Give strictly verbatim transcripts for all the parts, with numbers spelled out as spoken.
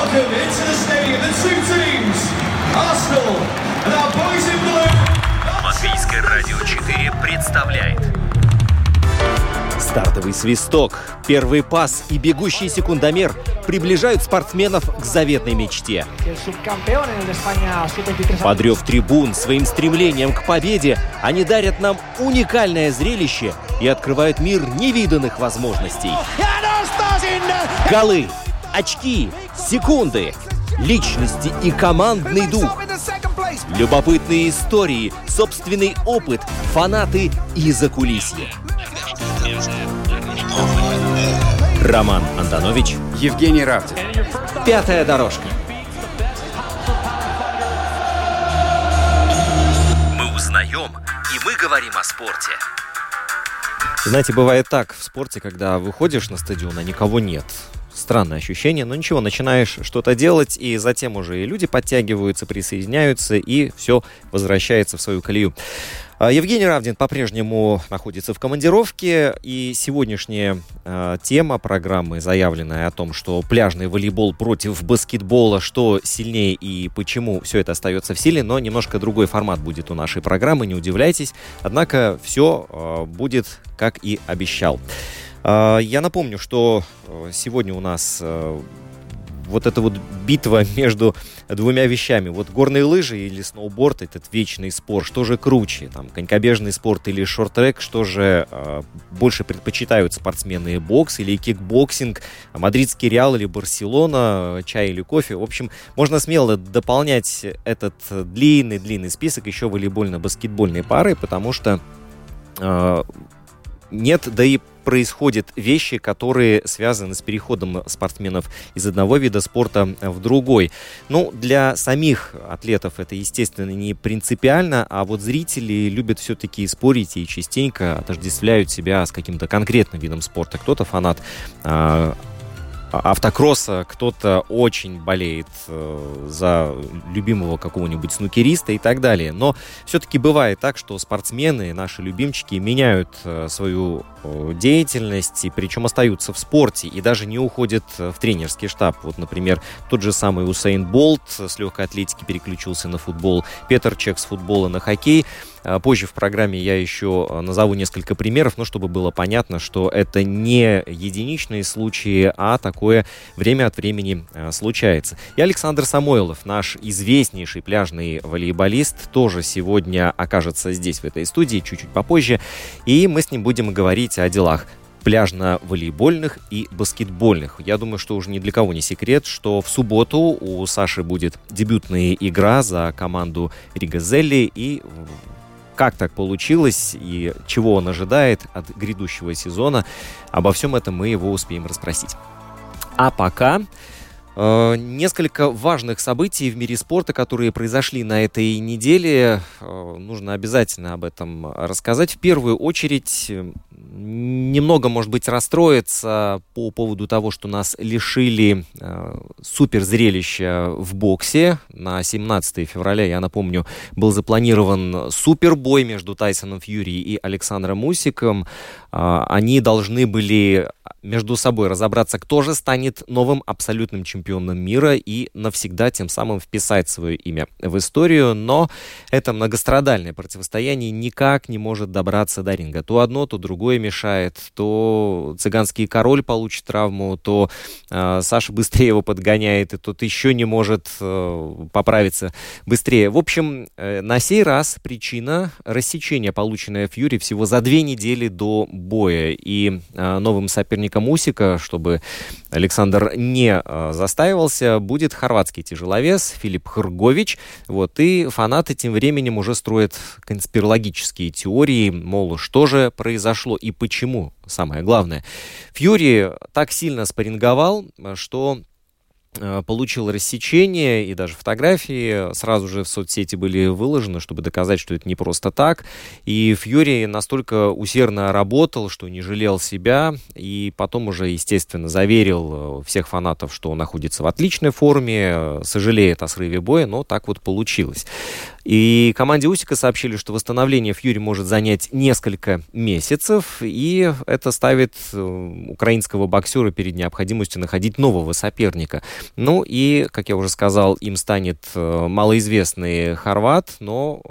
welcome into the stadium the two teams, Arsenal and our boys in blue. Латвийское радио четыре представляет стартовый свисток, первый пас и бегущий секундомер приближают спортсменов к заветной мечте. Под рев трибун своим стремлением к победе они дарят нам уникальное зрелище и открывают мир невиданных возможностей. Голы, очки, секунды, личности и командный дух. Любопытные истории, собственный опыт, фанаты и закулисье. Роман Антонович, Евгений Равдин. Пятая дорожка. мы узнаем, и мы говорим о спорте. Знаете, бывает так в спорте, когда выходишь на стадион, а никого нет. Странное ощущение, но ничего, начинаешь что-то делать, и затем уже и люди подтягиваются, присоединяются, и все возвращается в свою колею. Евгений Равдин по-прежнему находится в командировке, и сегодняшняя э, тема программы, заявленная о том, что пляжный волейбол против баскетбола, что сильнее и почему, все это остается в силе, но немножко другой формат будет у нашей программы, не удивляйтесь. Однако все э, будет, как и обещал. Э, я напомню, что сегодня у нас э, вот эта вот битва между двумя вещами. Вот горные лыжи или сноуборд, этот вечный спор. Что же круче? Там, конькобежный спорт или шорт-трек? Что же э, больше предпочитают спортсмены? Бокс или кикбоксинг? Мадридский Реал или Барселона? Чай или кофе? В общем, можно смело дополнять этот длинный-длинный список еще волейбольно-баскетбольной парой, потому что э, нет, да и происходят вещи, которые связаны с переходом спортсменов из одного вида спорта в другой. Ну, для самих атлетов это, естественно, не принципиально, а вот зрители любят все-таки спорить и частенько отождествляют себя с каким-то конкретным видом спорта. Кто-то фанат э, автокросса, кто-то очень болеет э, за любимого какого-нибудь снукериста и так далее. Но все-таки бывает так, что спортсмены, наши любимчики, меняют э, свою э, деятельность, и причем остаются в спорте и даже не уходят в тренерский штаб. Вот, например, тот же самый Усейн Болт с легкой атлетики переключился на футбол, Петр Чех с футбола на хоккей. Позже в программе я еще назову несколько примеров, но чтобы было понятно, что это не единичные случаи, а такое время от времени случается. И Александр Самойлов, наш известнейший пляжный волейболист, тоже сегодня окажется здесь, в этой студии, чуть-чуть попозже, и мы с ним будем говорить о делах пляжно-волейбольных и баскетбольных. Я думаю, что уже ни для кого не секрет, что в субботу у Саши будет дебютная игра за команду Ригазелли, и как так получилось и чего он ожидает от грядущего сезона, обо всем этом мы его успеем расспросить. А пока э, несколько важных событий в мире спорта, которые произошли на этой неделе. Э, нужно обязательно об этом рассказать. В первую очередь, немного, может быть, расстроиться по поводу того, что нас лишили э, суперзрелища в боксе. На семнадцатое февраля, я напомню, был запланирован супербой между Тайсоном Фьюри и Александром Усиком. Э, они должны были между собой разобраться, кто же станет новым абсолютным чемпионом мира и навсегда тем самым вписать свое имя в историю. Но это многострадальное противостояние никак не может добраться до ринга. То одно, то другое мешает. То цыганский король получит травму, то э, Саша быстрее его подгоняет, и тот еще не может э, поправиться быстрее. В общем, э, на сей раз причина рассечения, полученное Фьюри всего за две недели до боя. И э, новым соперником Усика, чтобы Александр не э, застаивался, будет хорватский тяжеловес Филип Хргович. Вот, и фанаты тем временем уже строят конспирологические теории, мол, что же произошло и почему, самое главное. Фьюри так сильно спарринговал, что получил рассечение, и даже фотографии сразу же в соцсети были выложены, чтобы доказать, что это не просто так. И Фьюри настолько усердно работал, что не жалел себя, и потом уже, естественно, заверил всех фанатов, что он находится в отличной форме, сожалеет о срыве боя, но так вот получилось. И команде Усика сообщили, что восстановление Фьюри может занять несколько месяцев, и это ставит украинского боксера перед необходимостью находить нового соперника. Ну и, как я уже сказал, им станет малоизвестный хорват, но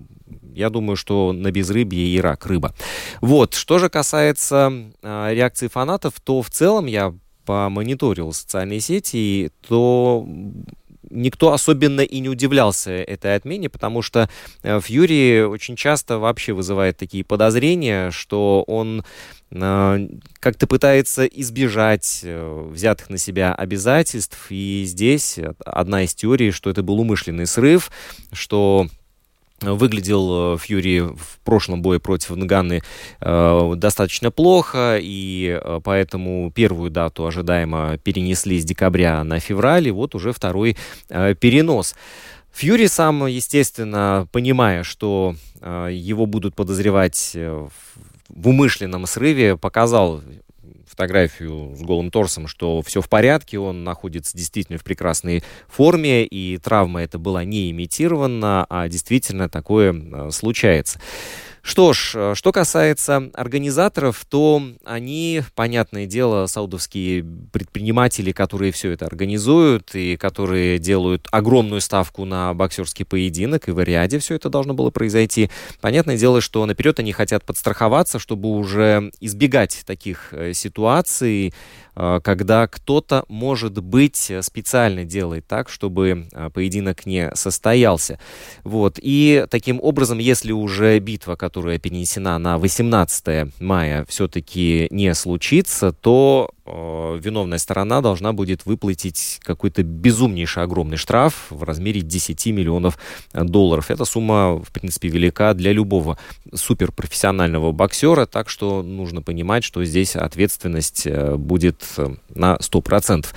я думаю, что на безрыбье и рак рыба. Вот, что же касается э, реакции фанатов, то в целом я помониторил социальные сети, то никто особенно и не удивлялся этой отмене, потому что э, Фьюри очень часто вообще вызывает такие подозрения, что он э, как-то пытается избежать э, взятых на себя обязательств, и здесь одна из теорий, что это был умышленный срыв, что выглядел Фьюри в прошлом бое против Нганы э, достаточно плохо, и э, поэтому первую дату ожидаемо перенесли с декабря на февраль, и вот уже второй э, перенос. Фьюри сам, естественно, понимая, что э, его будут подозревать в, в умышленном срыве, показал фотографию с голым торсом, что все в порядке, он находится действительно в прекрасной форме, и травма эта была не имитирована, а действительно такое э, случается. Что ж, что касается организаторов, то они, понятное дело, саудовские предприниматели, которые все это организуют и которые делают огромную ставку на боксерский поединок, и в Риаде все это должно было произойти. Понятное дело, что наперед они хотят подстраховаться, чтобы уже избегать таких ситуаций, когда кто-то, может быть, специально делает так, чтобы поединок не состоялся. Вот. И таким образом, если уже битва, которая перенесена на восемнадцатое мая, все-таки не случится, то э, виновная сторона должна будет выплатить какой-то безумнейший огромный штраф в размере десять миллионов долларов. Эта сумма, в принципе, велика для любого суперпрофессионального боксера, так что нужно понимать, что здесь ответственность будет на сто процентов.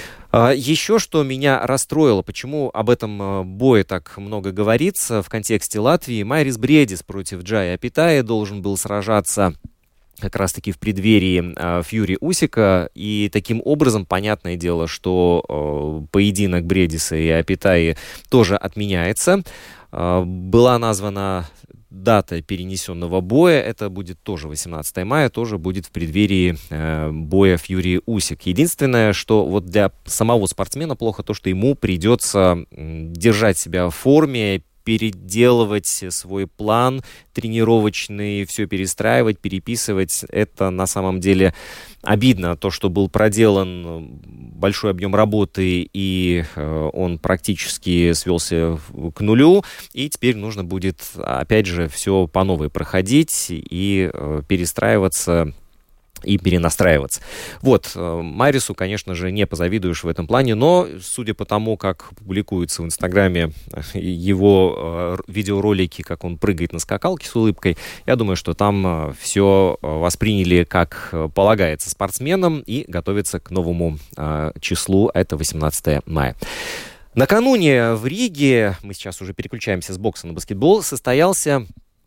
Еще что меня расстроило, почему об этом бое так много говорится в контексте Латвии. Майрис Бриедис против Джая Апитая должен был сражаться как раз-таки в преддверии э, Фьюри Усика, и таким образом, понятное дело, что э, поединок Бриедиса и Апитаи тоже отменяется. Э, была названа дата перенесенного боя, это будет тоже восемнадцатое мая, тоже будет в преддверии э, боя Фьюри-Усик. Единственное, что вот для самого спортсмена плохо то, что ему придется э, держать себя в форме, переделывать свой план тренировочный, все перестраивать, переписывать. Это на самом деле обидно, то, что был проделан большой объем работы, и э, он практически свелся к нулю, и теперь нужно будет, опять же, все по новой проходить и э, перестраиваться и перенастраиваться. Вот, Майрису, конечно же, не позавидуешь в этом плане, но, судя по тому, как публикуются в Инстаграме его э, видеоролики, как он прыгает на скакалке с улыбкой, я думаю, что там э, все восприняли как полагается спортсменам и готовятся к новому э, числу, это восемнадцатое мая. Накануне в Риге, мы сейчас уже переключаемся с бокса на баскетбол, состоялся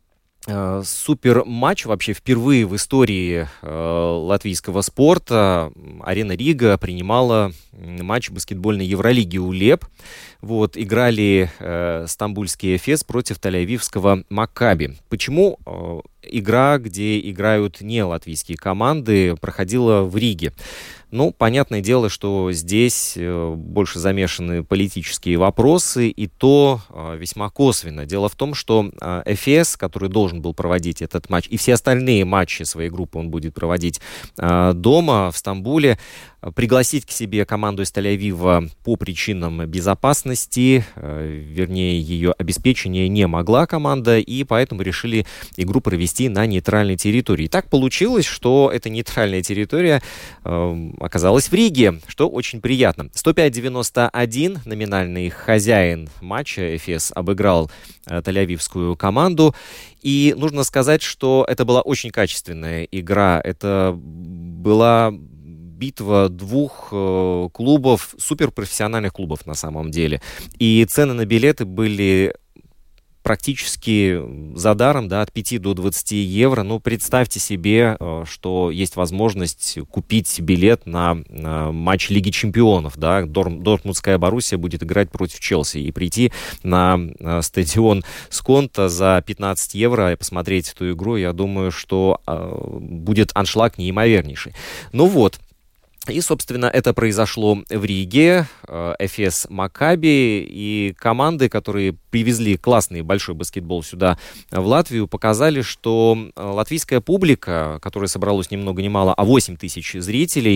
супер матч, вообще впервые в истории э, латвийского спорта. Арена Рига принимала матч баскетбольной Евролиги УЛЕП. Вот, играли э, стамбульский Эфес против тель-авивского Маккаби. Почему э, игра, где играют не латвийские команды, проходила в Риге? Ну, понятное дело, что здесь э, больше замешаны политические вопросы, и то э, весьма косвенно. Дело в том, что э, Эфес, который должен был проводить этот матч, и все остальные матчи своей группы он будет проводить э, дома, в Стамбуле, пригласить к себе команду из Тель-Авива по причинам безопасности, э, вернее, ее обеспечения не могла команда, и поэтому решили игру провести на нейтральной территории. И так получилось, что эта нейтральная территория э, оказалась в Риге, что очень приятно. сто пять девяносто один, номинальный хозяин матча Эфес обыграл э, тель-авивскую команду. И нужно сказать, что это была очень качественная игра. Это была битва двух э, клубов, суперпрофессиональных клубов на самом деле. И цены на билеты были практически за даром, да, от пяти до двадцати евро. Ну, представьте себе, что есть возможность купить билет на, на матч Лиги Чемпионов, да, Дор- Дортмундская Боруссия будет играть против Челси, и прийти на стадион Сконта за пятнадцать евро и посмотреть эту игру, я думаю, что э, будет аншлаг неимовернейший. Ну вот. И, собственно, это произошло в Риге, Эфес Маккаби, и команды, которые привезли классный большой баскетбол сюда, в Латвию, показали, что латвийская публика, которая собралась ни много ни мало, а восемь тысяч зрителей,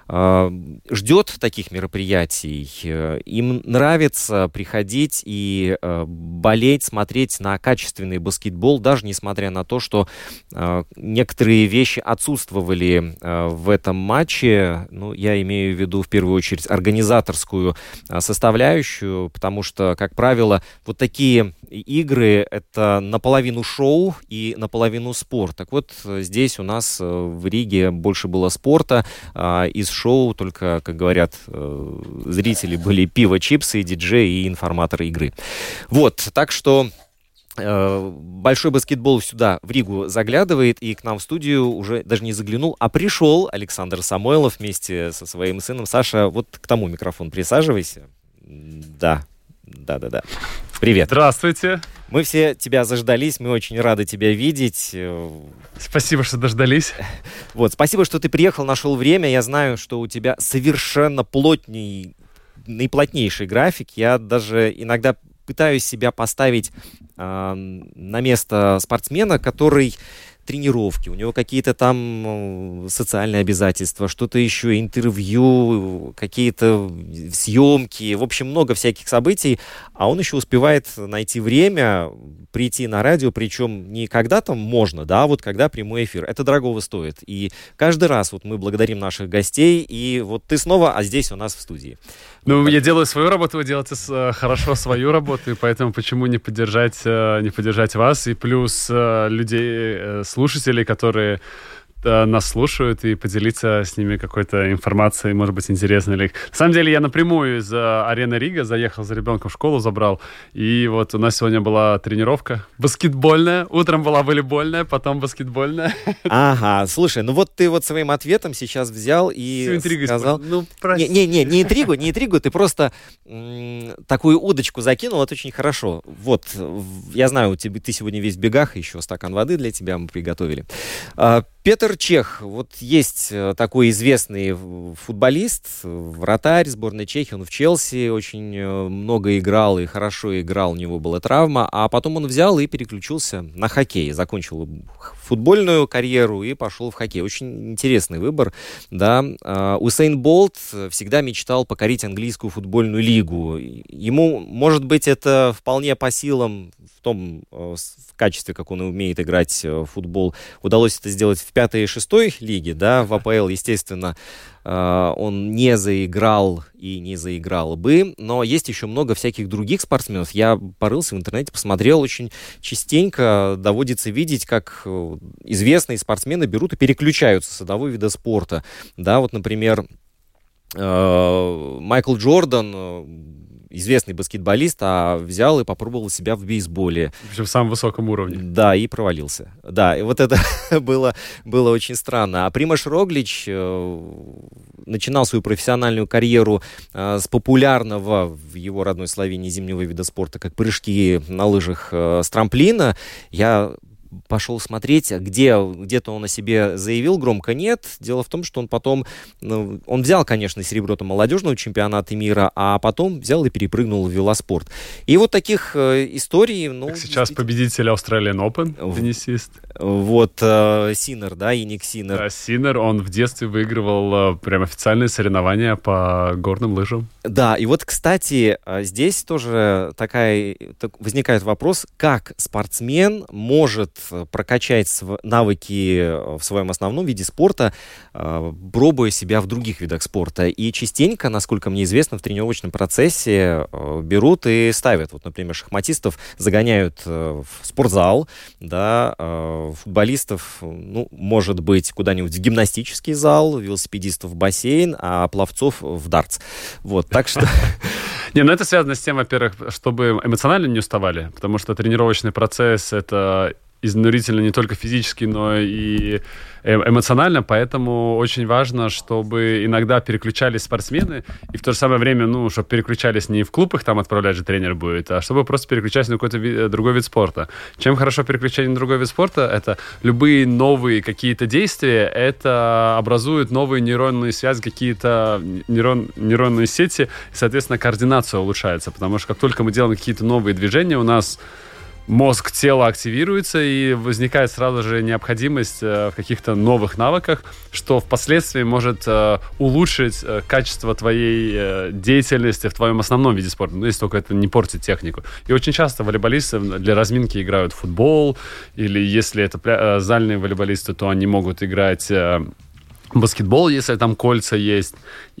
ждет таких мероприятий. Им нравится приходить и болеть, смотреть на качественный баскетбол, даже несмотря на то, что некоторые вещи отсутствовали в этом матче. Ну, я имею в виду в первую очередь организаторскую а, составляющую, потому что, как правило, вот такие игры — это наполовину шоу и наполовину спорт. Так вот, здесь у нас в Риге больше было спорта, а из шоу только, как говорят зрители, были пиво, чипсы, диджеи и информаторы игры. Вот, так что большой баскетбол сюда, в Ригу, заглядывает, и к нам в студию уже даже не заглянул, а пришел Александр Самойлов вместе со своим сыном. Саша, вот к тому микрофону присаживайся. Да, да-да-да. Привет. Здравствуйте. Мы все тебя заждались, мы очень рады тебя видеть. Спасибо, что дождались. Вот, спасибо, что ты приехал, нашел время. Я знаю, что у тебя совершенно плотный, наиплотнейший график. Я даже иногда пытаюсь себя поставить э, на место спортсмена, который тренировки, у него какие-то там социальные обязательства, что-то еще, интервью, какие-то съемки, в общем, много всяких событий, а он еще успевает найти время прийти на радио, причем не когда там можно, да, а вот когда прямой эфир. Это дорогого стоит. И каждый раз вот мы благодарим наших гостей, и вот ты снова, а здесь у нас в студии. Ну, вот я делаю свою работу, вы делаете хорошо свою работу, и поэтому почему не поддержать, не поддержать вас, и плюс людей, слушателей, которые нас слушают, и поделиться с ними какой-то информацией, может быть, интересной. На самом деле, я напрямую из арены Рига заехал за ребенком в школу, забрал, и вот у нас сегодня была тренировка баскетбольная, утром была волейбольная, потом баскетбольная. Ага, слушай, ну вот ты вот своим ответом сейчас взял и сказал... Ну, прости. Не, не, не интригу, не интригу, ты просто м- такую удочку закинул, это очень хорошо. Вот, я знаю, у тебя, ты сегодня весь в бегах, еще стакан воды для тебя мы приготовили. Петр Чех, вот есть такой известный футболист, вратарь сборной Чехии, он в Челси очень много играл и хорошо играл, у него была травма, а потом он взял и переключился на хоккей, закончил футбольную карьеру и пошел в хоккей. Очень интересный выбор, да. Усейн Болт всегда мечтал покорить английскую футбольную лигу. Ему, может быть, это вполне по силам в том в качестве, как он умеет играть в футбол, удалось это сделать в пятой и шестой лиге, да, в АПЛ, естественно, он не заиграл и не заиграл бы, но есть еще много всяких других спортсменов. Я порылся в интернете, посмотрел, очень частенько доводится видеть, как известные спортсмены берут и переключаются с одного вида спорта, да, вот, например, Майкл Джордан, известный баскетболист, а взял и попробовал себя в бейсболе. Причем в самом высоком уровне. Да, и провалился. Да, и вот это было, было очень странно. А Примаш Роглич э, начинал свою профессиональную карьеру э, с популярного в его родной Словении зимнего вида спорта, как прыжки на лыжах э, с трамплина. Я пошел смотреть, где, где-то он о себе заявил, громко нет. Дело в том, что он потом, ну, он взял, конечно, серебро там молодежного чемпионата мира, а потом взял и перепрыгнул в велоспорт. И вот таких э, историй, ну... Как сейчас победитель Australian Open, теннисист. Вот э, Синер, да, Яник Синер. Да, Синер, он в детстве выигрывал э, прям официальные соревнования по горным лыжам. Да, и вот, кстати, здесь тоже такая, так, возникает вопрос, как спортсмен может прокачать св- навыки в своем основном виде спорта, э, пробуя себя в других видах спорта. И частенько, насколько мне известно, в тренировочном процессе э, берут и ставят. Вот, например, шахматистов загоняют э, в спортзал, да, э, футболистов, ну, может быть, куда-нибудь в гимнастический зал, велосипедистов в бассейн, а пловцов в дартс. Вот, так что... Не, ну это связано с тем, во-первых, чтобы эмоционально не уставали, потому что тренировочный процесс — это изнурительно не только физически, но и эмоционально, поэтому очень важно, чтобы иногда переключались спортсмены, и в то же самое время, ну, чтобы переключались не в клуб, их там отправлять же тренер будет, а чтобы просто переключались на какой-то ви- другой вид спорта. Чем хорошо переключение на другой вид спорта, это любые новые какие-то действия, это образует новые нейронные связи, какие-то нейрон, нейронные сети, и, соответственно, координация улучшается, потому что как только мы делаем какие-то новые движения, у нас мозг тела активируется, и возникает сразу же необходимость э, в каких-то новых навыках, что впоследствии может э, улучшить э, качество твоей э, деятельности в твоем основном виде спорта, ну, если только это не портит технику. И очень часто волейболисты для разминки играют в футбол, или если это пля- э, зальные волейболисты, то они могут играть э, баскетбол, если там кольца есть.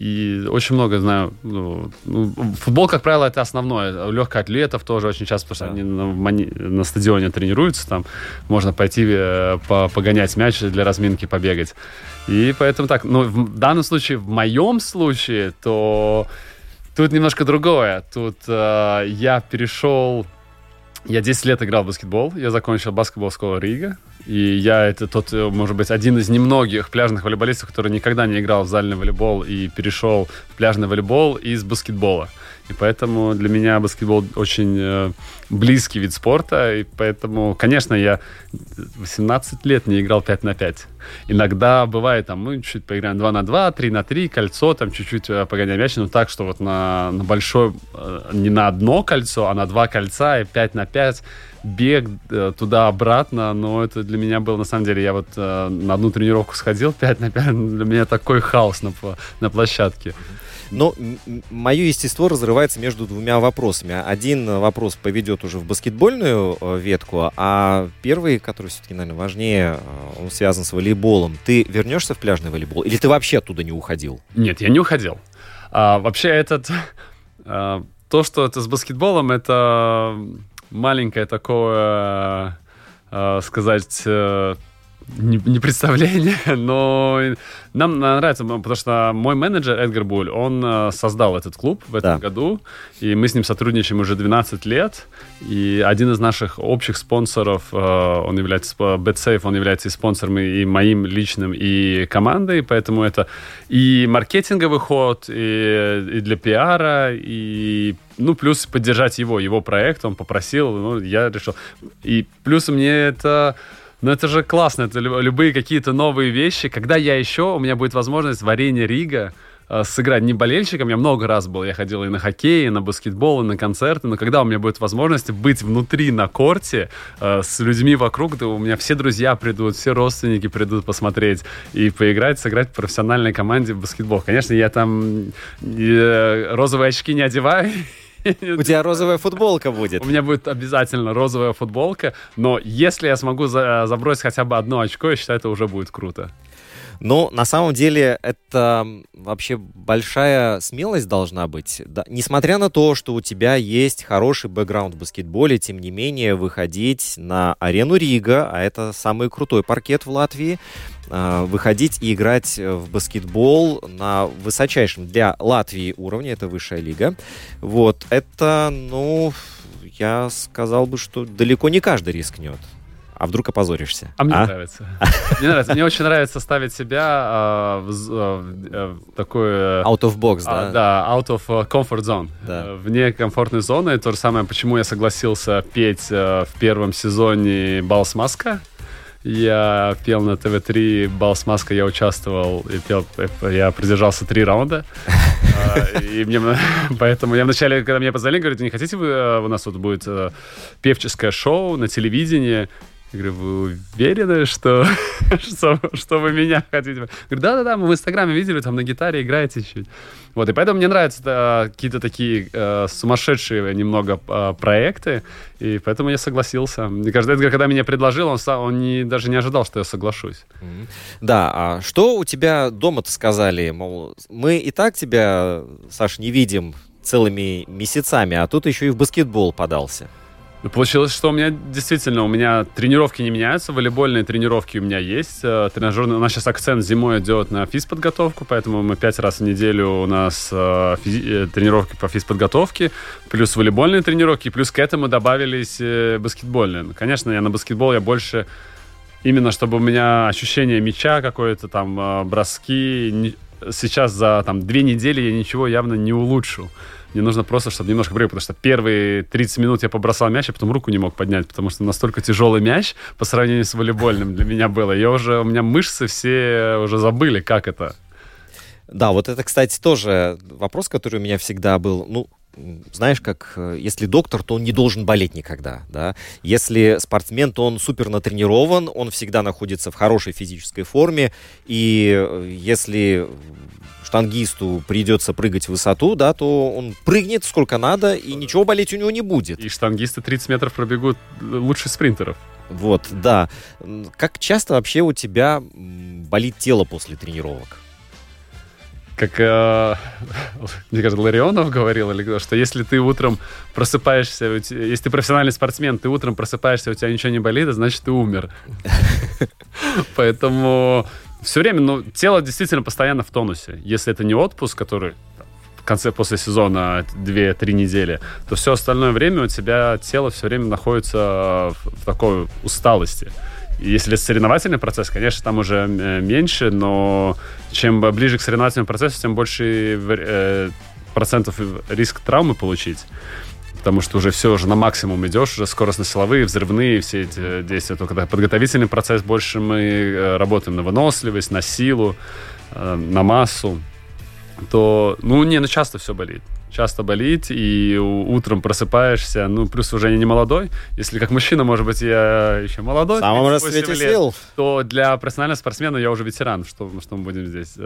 И очень много, знаю, ну, футбол, как правило, это основное. Легкоатлетов тоже очень часто, потому что они на, на стадионе тренируются, там можно пойти э, по, погонять мяч для разминки, побегать. И поэтому так, ну, в данном случае, в моем случае, то тут немножко другое. Тут э, я перешел... Я десять лет играл в баскетбол, я закончил баскетбол школу Рига, и я это тот, может быть, один из немногих пляжных волейболистов, который никогда не играл в зальный волейбол и перешел в пляжный волейбол из баскетбола. И поэтому для меня баскетбол очень э, близкий вид спорта, и поэтому, конечно, я восемнадцать лет не играл пять на пять. Иногда бывает, там, мы чуть-чуть поиграем два на два, три на три, кольцо, там чуть-чуть погоняем мяч, но так, что вот на, на большое, не на одно кольцо, а на два кольца и пять на пять, бег туда-обратно, но это для меня было, на самом деле, я вот на одну тренировку сходил, пять на пять, для меня такой хаос на, на площадке. Но мое естество разрывается между двумя вопросами. Один вопрос поведет уже в баскетбольную ветку, а первый, который все-таки, наверное, важнее, он связан с волейболом. Ты вернешься в пляжный волейбол или ты вообще оттуда не уходил? Нет, я не уходил. А, вообще этот... А, то, что это с баскетболом, это маленькое такое, а, сказать... Не, не представление, но нам нравится, потому что мой менеджер Эдгар Буль, он э, создал этот клуб в этом да. году, и мы с ним сотрудничаем уже двенадцать лет, и один из наших общих спонсоров, э, он является, BetSafe, он является и спонсором, и моим личным, и командой, поэтому это и маркетинговый ход, и, и для пиара, и ну, плюс поддержать его, его проект, он попросил, ну, я решил. И плюс мне это... Ну, это же классно, это любые какие-то новые вещи. Когда я еще, у меня будет возможность в арене Рига э, сыграть не болельщиком, я много раз был, я ходил и на хоккей, и на баскетбол, и на концерты, но когда у меня будет возможность быть внутри на корте э, с людьми вокруг, то у меня все друзья придут, все родственники придут посмотреть и поиграть, сыграть в профессиональной команде в баскетбол. Конечно, я там э, розовые очки не одеваю. У тебя розовая футболка будет. У меня будет обязательно розовая футболка, но если я смогу за- забросить хотя бы одно очко, я считаю, это уже будет круто. Но на самом деле это вообще большая смелость должна быть. Да, несмотря на то, что у тебя есть хороший бэкграунд в баскетболе, тем не менее выходить на арену Рига, а это самый крутой паркет в Латвии, выходить и играть в баскетбол на высочайшем для Латвии уровне, это высшая лига. Вот, это, ну, я сказал бы, что далеко не каждый рискнет. А вдруг опозоришься? А мне а? нравится. Мне нравится. Мне очень нравится ставить себя а, в, в, в такое... Out of box, а, да? Да, out of comfort zone. Да. Вне комфортной зоны. То же самое, почему я согласился петь а, в первом сезоне «Балс Маска». Я пел на тэ вэ три «Балс Маска», я участвовал и пел, я продержался три раунда. И мне, поэтому я вначале, когда меня позвонили, говорят, не хотите вы, у нас тут будет певческое шоу на телевидении? Я говорю, вы уверены, что, что, что вы меня хотите? Я говорю, да-да-да, мы в Инстаграме видели, там на гитаре играете чуть. Вот, и поэтому мне нравятся да, какие-то такие э, сумасшедшие немного э, проекты, и поэтому я согласился. Мне кажется, Эдгар, когда меня предложил, он, он не, даже не ожидал, что я соглашусь. Mm-hmm. Да, а что у тебя дома-то сказали? Мол, мы и так тебя, Саш, не видим целыми месяцами, а тут еще и в баскетбол подался. Ну, получилось, что у меня действительно, у меня тренировки не меняются, волейбольные тренировки у меня есть, тренажерные, у нас сейчас акцент зимой идет на физподготовку, поэтому мы пять раз в неделю у нас физи- тренировки по физподготовке, плюс волейбольные тренировки, плюс к этому добавились баскетбольные. Конечно, я на баскетбол я больше, именно чтобы у меня ощущение мяча какое-то, там, броски, сейчас за там, две недели я ничего явно не улучшу. Мне нужно просто, чтобы немножко прыгать, потому что первые тридцать минут я побросал мяч, а потом руку не мог поднять, потому что настолько тяжелый мяч по сравнению с волейбольным для меня было. Я уже, у меня мышцы все уже забыли, как это. Да, вот это, кстати, тоже вопрос, который у меня всегда был. Ну, знаешь, как если доктор, то он не должен болеть никогда, да. Если спортсмен, то он супер натренирован, он всегда находится в хорошей физической форме, и если штангисту придется прыгать в высоту, да, то он прыгнет сколько надо, и ничего болеть у него не будет. И штангисты тридцать метров пробегут лучше спринтеров. Вот, да. Как часто вообще у тебя болит тело после тренировок? Как, э, мне кажется, Ларионов говорил, или кто, что если ты утром просыпаешься, если ты профессиональный спортсмен, ты утром просыпаешься, у тебя ничего не болит, значит, ты умер. Поэтому все время, ну, тело действительно постоянно в тонусе. Если это не отпуск, который в конце, после сезона две-три недели, то все остальное время у тебя тело все время находится в такой усталости. И если это соревновательный процесс, конечно, там уже меньше, но чем ближе к соревновательному процессу, тем больше э, процентов риск травмы получить. Потому что уже все, уже на максимум идешь, уже скоростно-силовые, взрывные, все эти действия. Только когда подготовительный процесс, больше мы работаем на выносливость, на силу, э, на массу. То, ну, не, ну, часто все болит. Часто болит, и утром просыпаешься, ну, плюс уже не молодой. Если как мужчина, может быть, я еще молодой. В самом расцвете сил. То для профессионального спортсмена я уже ветеран. Что, что мы будем здесь...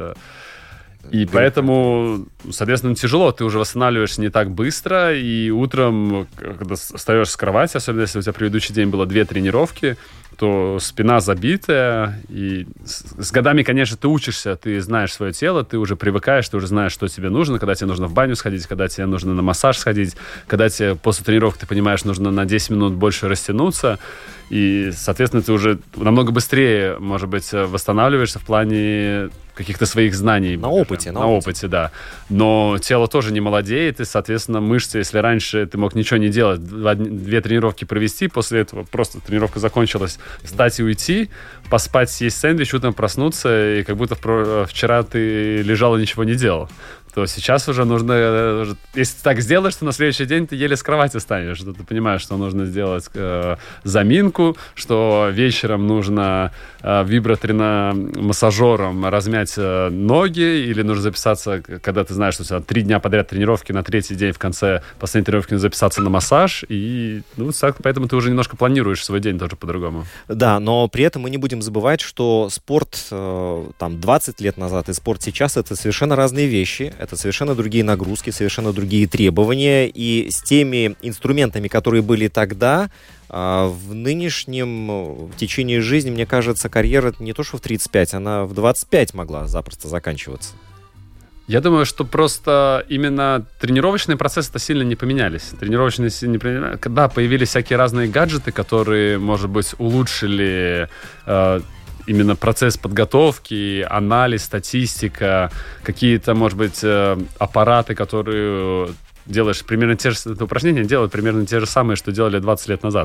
И поэтому, соответственно, тяжело. Ты уже восстанавливаешься не так быстро, и утром, когда встаешь с кровати, особенно если у тебя предыдущий день было две тренировки, то спина забитая, и с, с годами, конечно, ты учишься, ты знаешь свое тело, ты уже привыкаешь, ты уже знаешь, что тебе нужно, когда тебе нужно в баню сходить, когда тебе нужно на массаж сходить, когда тебе после тренировки, ты понимаешь, нужно на десять минут больше растянуться, и, соответственно, ты уже намного быстрее, может быть, восстанавливаешься в плане каких-то своих знаний. На опыте. На, на опыте. опыте, да. Но тело тоже не молодеет, и, соответственно, мышцы, если раньше ты мог ничего не делать, два, две тренировки провести, после этого просто тренировка закончилась, встать и уйти, поспать, съесть сэндвич, утром проснуться, и как будто вчера ты лежал и ничего не делал. То сейчас уже нужно, если ты так сделаешь, то на следующий день ты еле с кровати встанешь, что ты понимаешь, что нужно сделать э, заминку, что вечером нужно э, вибротренажером размять э, ноги, или нужно записаться, когда ты знаешь, что у тебя три дня подряд тренировки, на третий день в конце последней тренировки нужно записаться на массаж, и ну, поэтому ты уже немножко планируешь свой день тоже по-другому. Да, но при этом мы не будем забывать, что спорт э, там двадцать лет назад и спорт сейчас — это совершенно разные вещи. Это совершенно другие нагрузки, совершенно другие требования. И с теми инструментами, которые были тогда, в нынешнем в течение жизни, мне кажется, карьера не то что в тридцать пять, она в двадцать пять могла запросто заканчиваться. Я думаю, что просто именно тренировочные процессы-то сильно не поменялись. Тренировочные не поменялись. Когда появились всякие разные гаджеты, которые, может быть, улучшили... Э, именно процесс подготовки, анализ, статистика, какие-то, может быть, аппараты, которые делаешь примерно те же упражнения, делают примерно те же самые, что делали двадцать лет назад.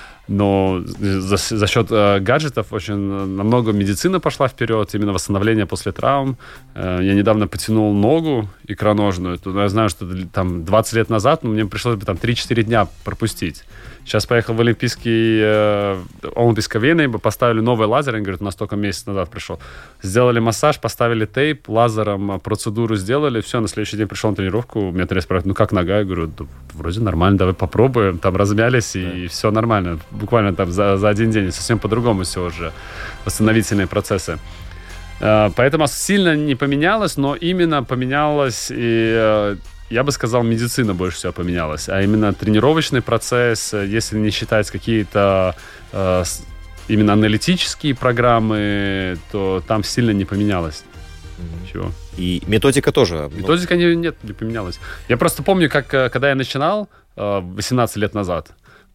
Но за, за счет э, гаджетов очень намного медицина пошла вперед, именно восстановление после травм. Э, я недавно потянул ногу икроножную. То, я знаю, что там двадцать лет назад, ну, мне пришлось бы там три-четыре дня пропустить. Сейчас поехал в Олимпийский, э, Олимпийской Вены, поставили новый лазер, они говорят, у нас только месяц назад пришел. Сделали массаж, поставили тейп, лазером процедуру сделали, все, на следующий день пришел на тренировку, меня тренер спрашивает, ну как нога? Я говорю, да, вроде нормально, давай попробуем. Там размялись, и, и все нормально. Буквально там за, за один день, совсем по-другому все уже, восстановительные процессы. Э, поэтому сильно не поменялось, но именно поменялось и... Э, я бы сказал, медицина больше всего поменялась, а именно тренировочный процесс, если не считать какие-то э, именно аналитические программы, то там сильно не поменялось. Mm-hmm. Ничего. И методика тоже? Методика не, нет, не поменялась. Я просто помню, как когда я начинал э, восемнадцать лет назад,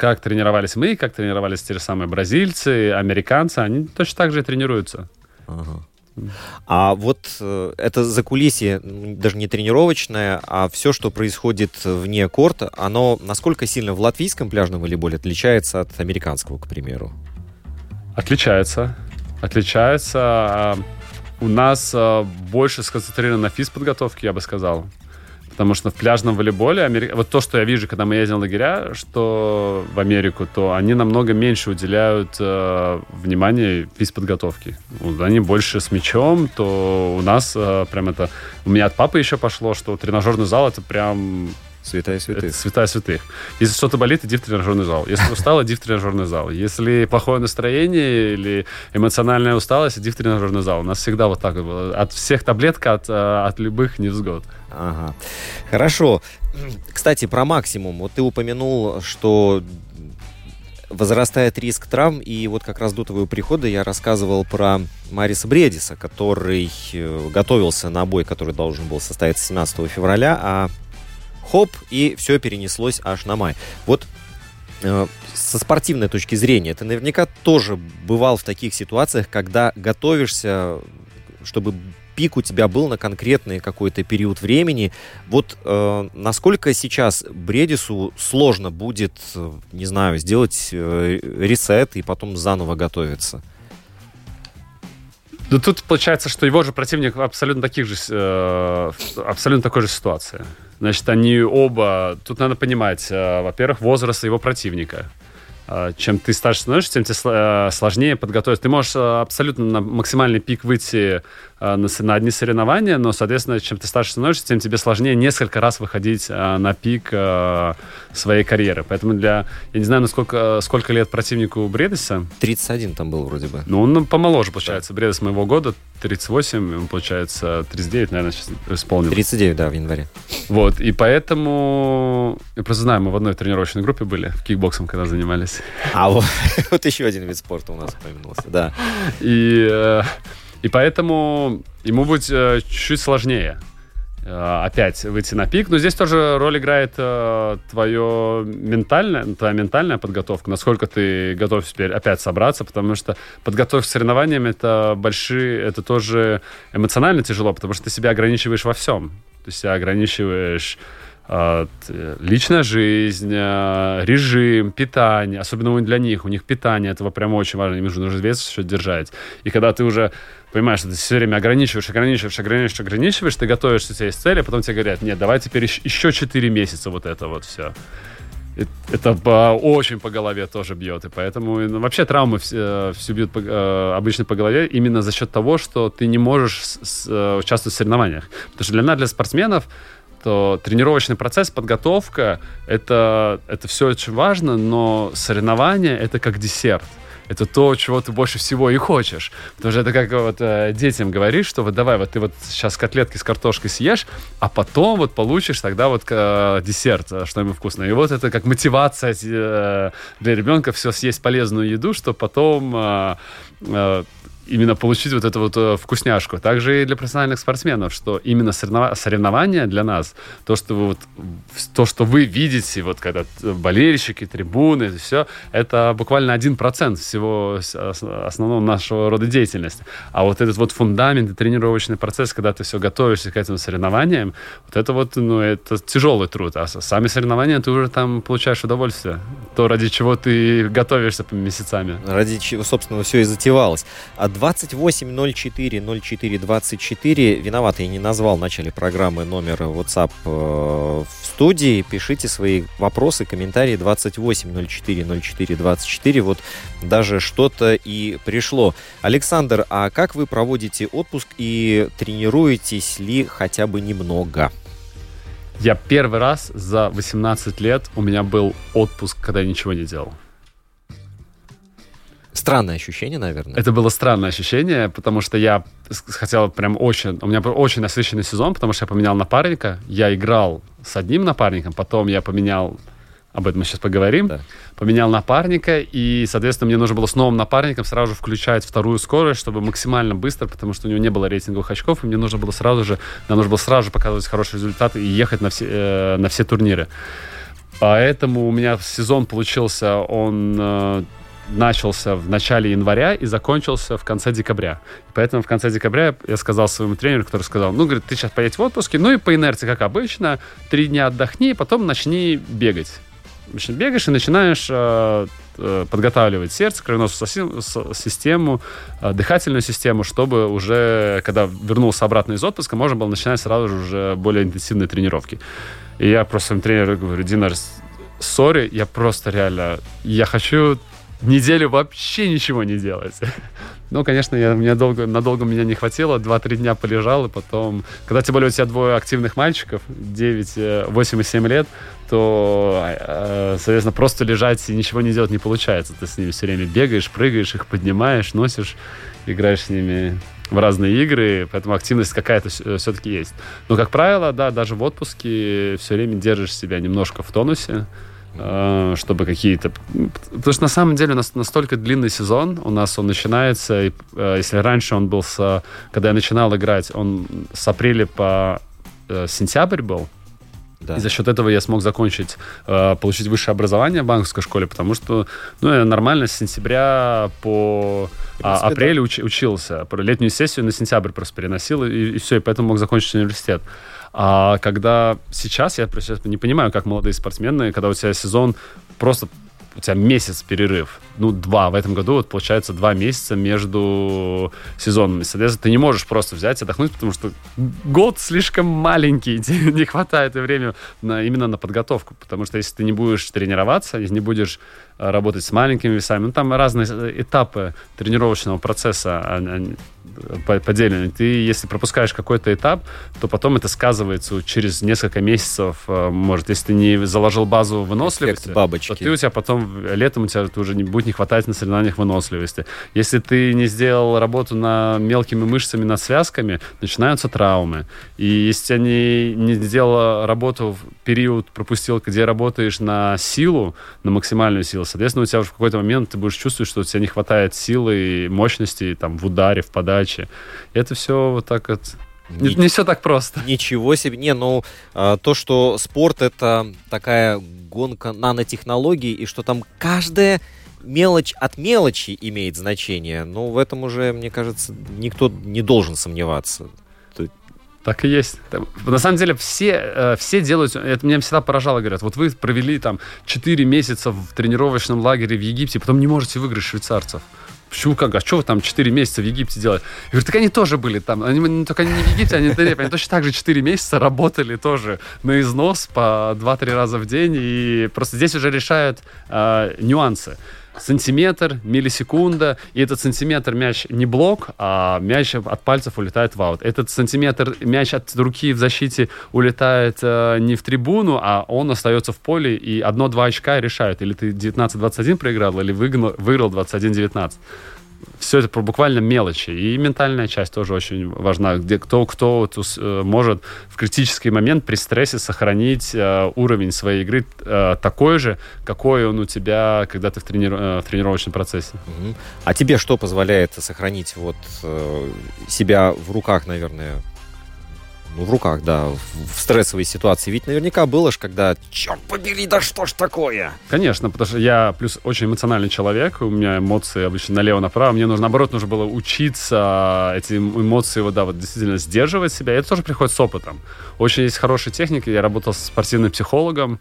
как тренировались мы, как тренировались те же самые бразильцы, американцы, они точно так же и тренируются. Ага. А вот э, это закулисье, даже не тренировочное, а все, что происходит вне корта, оно насколько сильно в латвийском пляжном волейболе отличается от американского, к примеру? Отличается. Отличается. У нас больше сконцентрировано на физподготовке, я бы сказал. Потому что в пляжном волейболе, вот то, что я вижу, когда мы ездим в лагеря, что в Америку, то они намного меньше уделяют э, внимания физподготовке. Вот они больше с мячом, то у нас э, прям это... У меня от папы еще пошло, что тренажерный зал — это прям... Святая святых. Это святая святых. Если что-то болит, иди в тренажерный зал. Если устал, иди в тренажерный зал. Если плохое настроение или эмоциональная усталость, иди в тренажерный зал. У нас всегда вот так было. От всех таблеток, от, от любых невзгод. Ага. Хорошо. Кстати, про максимум. Вот ты упомянул, что возрастает риск травм, и вот как раз до твоего прихода я рассказывал про Мариса Бредиса, который готовился на бой, который должен был состояться семнадцатого февраля, а хоп, и все перенеслось аж на май. Вот э, со спортивной точки зрения, ты наверняка тоже бывал в таких ситуациях, когда готовишься, чтобы пик у тебя был на конкретный какой-то период времени. Вот э, насколько сейчас Бредису сложно будет, не знаю, сделать э, ресет и потом заново готовиться? Да тут получается, что его же противник абсолютно таких же, э, абсолютно такой же ситуации. Значит, они оба... Тут надо понимать, э, во-первых, возраст его противника. Э, чем ты старше становишься, тем тебе э, сложнее подготовиться. Ты можешь э, абсолютно на максимальный пик выйти э, на, на одни соревнования, но, соответственно, чем ты старше становишься, тем тебе сложнее несколько раз выходить э, на пик э, своей карьеры. Поэтому для... Я не знаю, насколько, сколько лет противнику Бредиса. тридцать один там был вроде бы. Ну, он помоложе, получается. Бредис моего года, тридцать восемь, он, получается, тридцать девять, наверное, сейчас исполнил. тридцать девять, да, в январе. Вот, и поэтому... Я просто знаю, мы в одной тренировочной группе были, в кикбоксом, когда занимались. А вот, вот еще один вид спорта у нас упомянулся, да. И, и поэтому ему будет чуть-чуть сложнее опять выйти на пик. Но здесь тоже роль играет э, твое ментальная, твоя ментальная подготовка, насколько ты готов теперь опять собраться, потому что подготовка к соревнованиям — это большие, это тоже эмоционально тяжело, потому что ты себя ограничиваешь во всем. Ты себя ограничиваешь э, личная жизнь, э, режим, питание, особенно для них. У них питание, этого прям очень важно, им нужно вес все держать. И когда ты уже понимаешь, что ты все время ограничиваешь, ограничиваешь, ограничиваешь, ограничиваешь, ты готовишься, у тебя есть цели, а потом тебе говорят: нет, давай теперь еще четыре месяца вот это вот все. Это по, очень по голове тоже бьет, и поэтому ну, вообще травмы все, все бьют по, обычно по голове именно за счет того, что ты не можешь с, с, участвовать в соревнованиях. Потому что для нас, для спортсменов, то тренировочный процесс, подготовка, это, это все очень важно, но соревнования — это как десерт. Это то, чего ты больше всего и хочешь. Потому что это как вот э, детям говоришь, что вот давай, вот ты вот сейчас котлетки с картошкой съешь, а потом вот получишь тогда вот э, десерт, что-нибудь вкусное. И вот это как мотивация э, для ребенка все съесть полезную еду, чтобы потом э, э, именно получить вот эту вот э, вкусняшку. Также и для профессиональных спортсменов, что именно соревнова- соревнования для нас, то, что вы, вот, то, что вы видите, вот когда болельщики, трибуны, это все, это буквально один процент всего основного нашего рода деятельности. А вот этот вот фундамент и тренировочный процесс, когда ты все готовишься к этим соревнованиям, вот это вот, ну, это тяжелый труд. А сами соревнования ты уже там получаешь удовольствие. То, ради чего ты готовишься по месяцами. Ради чего, собственно, все и затевалось. А двадцать восемь ноль четыре ноль четыре двадцать четыре. Виноват, я не назвал в начале программы номер WhatsApp э, в студии. Пишите свои вопросы, комментарии. Двадцать восемь ноль четыре ноль четыре двадцать четыре. Вот даже что-то и пришло. Александр, а как вы проводите отпуск и тренируетесь ли хотя бы немного? Я первый раз за восемнадцать лет у меня был отпуск, когда я ничего не делал. Странное ощущение, наверное. Это было странное ощущение, потому что я хотел прям очень... У меня был очень насыщенный сезон, потому что я поменял напарника. Я играл с одним напарником, потом я поменял... Об этом мы сейчас поговорим. Да. Поменял напарника, и, соответственно, мне нужно было с новым напарником сразу же включать вторую скорость, чтобы максимально быстро, потому что у него не было рейтинговых очков, и мне нужно было сразу же, нам нужно было сразу же показывать хорошие результаты и ехать на все, э, на все турниры. Поэтому у меня сезон получился, он э, начался в начале января и закончился в конце декабря. Поэтому в конце декабря я сказал своему тренеру, который сказал, ну, говорит, ты сейчас поедешь в отпуск, ну и по инерции, как обычно, три дня отдохни, потом начни бегать. Начни бегаешь и начинаешь э, э, подготавливать сердце, кровеносную систему, э, дыхательную систему, чтобы уже, когда вернулся обратно из отпуска, можно было начинать сразу же уже более интенсивные тренировки. И я просто своему тренеру говорю, Динар, сори, я просто реально, я хочу неделю вообще ничего не делать. Ну, конечно, я, мне долго, надолго меня не хватило, два-три дня полежал, и потом, когда тем более у тебя двое активных мальчиков, девять, восемь и семь лет, то, соответственно, просто лежать и ничего не делать не получается. Ты с ними все время бегаешь, прыгаешь, их поднимаешь, носишь, играешь с ними в разные игры, поэтому активность какая-то все-таки есть. Но, как правило, да, даже в отпуске все время держишь себя немножко в тонусе, чтобы какие-то... Потому что на самом деле у нас настолько длинный сезон, у нас он начинается, и, если раньше он был с... Когда я начинал играть, он с апреля по сентябрь был, да. И за счет этого я смог закончить, получить высшее образование в банковской школе, потому что, ну, я нормально с сентября по принципе, апрель да. уч, учился. Летнюю сессию на сентябрь просто переносил, и, и все, и поэтому мог закончить университет. А когда сейчас, я сейчас не понимаю, как молодые спортсмены, когда у тебя сезон просто... У тебя месяц перерыв, ну, два. В этом году, вот, получается, два месяца между сезонами. Соответственно, ты не можешь просто взять и отдохнуть, потому что год слишком маленький, тебе не хватает времени на, именно на подготовку. Потому что если ты не будешь тренироваться, если не будешь работать с маленькими весами, ну, там разные этапы тренировочного процесса поделены. Ты, если пропускаешь какой-то этап, то потом это сказывается через несколько месяцев. Может, если ты не заложил базу выносливости, то ты у тебя потом летом у тебя уже не будет не хватать на соревнованиях выносливости. Если ты не сделал работу над мелкими мышцами, над связками, начинаются травмы. И если ты не, не сделал работу в период, пропустил, где работаешь на силу, на максимальную силу, соответственно, у тебя уже в какой-то момент ты будешь чувствовать, что у тебя не хватает силы и мощности там, в ударе, в подаче. И это все вот так вот... Не, не все так просто. Ничего себе. Не, ну, а, то, что спорт — это такая гонка нанотехнологий, и что там каждая мелочь от мелочи имеет значение, ну, в этом уже, мне кажется, никто не должен сомневаться. Так и есть. На самом деле все, все делают... Это меня всегда поражало, говорят, вот вы провели там четыре месяца в тренировочном лагере в Египте, потом не можете выиграть швейцарцев. Почему, как? А что вы там четыре месяца в Египте делали? Я говорю, так они тоже были там. Они, только они не в Египте, они в Терепе. Они точно так же четыре месяца работали тоже на износ по два-три раза в день. И просто здесь уже решают э, нюансы. Сантиметр, миллисекунда, и этот сантиметр мяч не блок, а мяч от пальцев улетает в аут. Этот сантиметр мяч от руки в защите улетает э, не в трибуну, а он остается в поле, и одно-два очка решают. Или ты девятнадцать двадцать один проиграл, или выиграл, выиграл двадцать один девятнадцать. Все это буквально мелочи. И ментальная часть тоже очень важна, где кто, кто вот, э, может в критический момент при стрессе сохранить э, уровень своей игры э, такой же, какой он у тебя, когда ты в, трени- э, в тренировочном процессе. Угу. А тебе что позволяет сохранить вот, э, себя в руках, наверное? Ну, в руках, да, в стрессовой ситуации. Ведь наверняка было ж, когда, черт побери, да что ж такое? Конечно, потому что я плюс очень эмоциональный человек, у меня эмоции обычно налево-направо, мне нужно, наоборот, нужно было учиться эти эмоции, вот, да, вот действительно сдерживать себя, и это тоже приходит с опытом. Очень есть хорошая техника, я работал с спортивным психологом,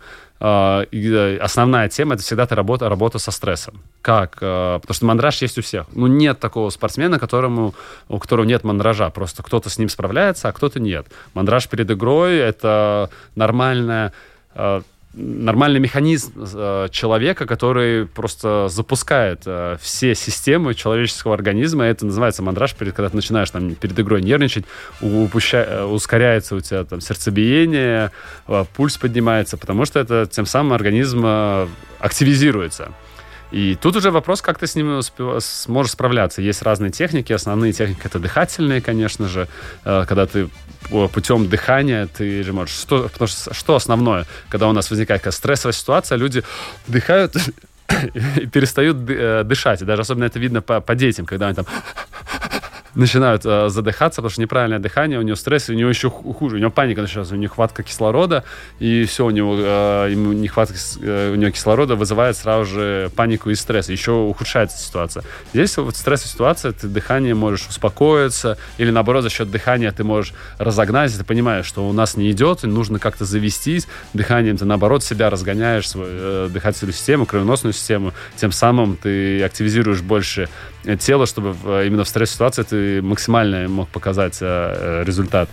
и основная тема — это всегда ты работа, работа со стрессом. Как? Потому что мандраж есть у всех. Ну, нет такого спортсмена, которому, у которого нет мандража. Просто кто-то с ним справляется, а кто-то нет. Мандраж перед игрой — это нормальная... нормальный механизм э, человека, который просто запускает э, все системы человеческого организма. Это называется мандраж, перед, когда ты начинаешь там, перед игрой нервничать, упуща, ускоряется у тебя там, сердцебиение, э, пульс поднимается, потому что это тем самым организм э, активизируется. И тут уже вопрос, как ты с ними успев... сможешь справляться. Есть разные техники. Основные техники — это дыхательные, конечно же. Когда ты путем дыхания ты же можешь... Что, потому что что основное? Когда у нас возникает какая-то стрессовая ситуация, люди дыхают и перестают дышать. И даже особенно это видно по, по детям, когда они там начинают э, задыхаться, потому что неправильное дыхание, у него стресс, и у него еще хуже, у него паника началась, у него нехватка кислорода, и все, у него, э, ему нехватка э, у него кислорода вызывает сразу же панику и стресс, еще ухудшается ситуация. Здесь вот стрессовая ситуация, ты дыхание можешь успокоиться, или наоборот, за счет дыхания ты можешь разогнать, ты понимаешь, что у нас не идет, и нужно как-то завестись, дыханием ты наоборот себя разгоняешь, свою э, дыхательную систему, кровеносную систему, тем самым ты активизируешь больше тело, чтобы в, именно в стрессовой ситуации ты максимально мог показать э, результат.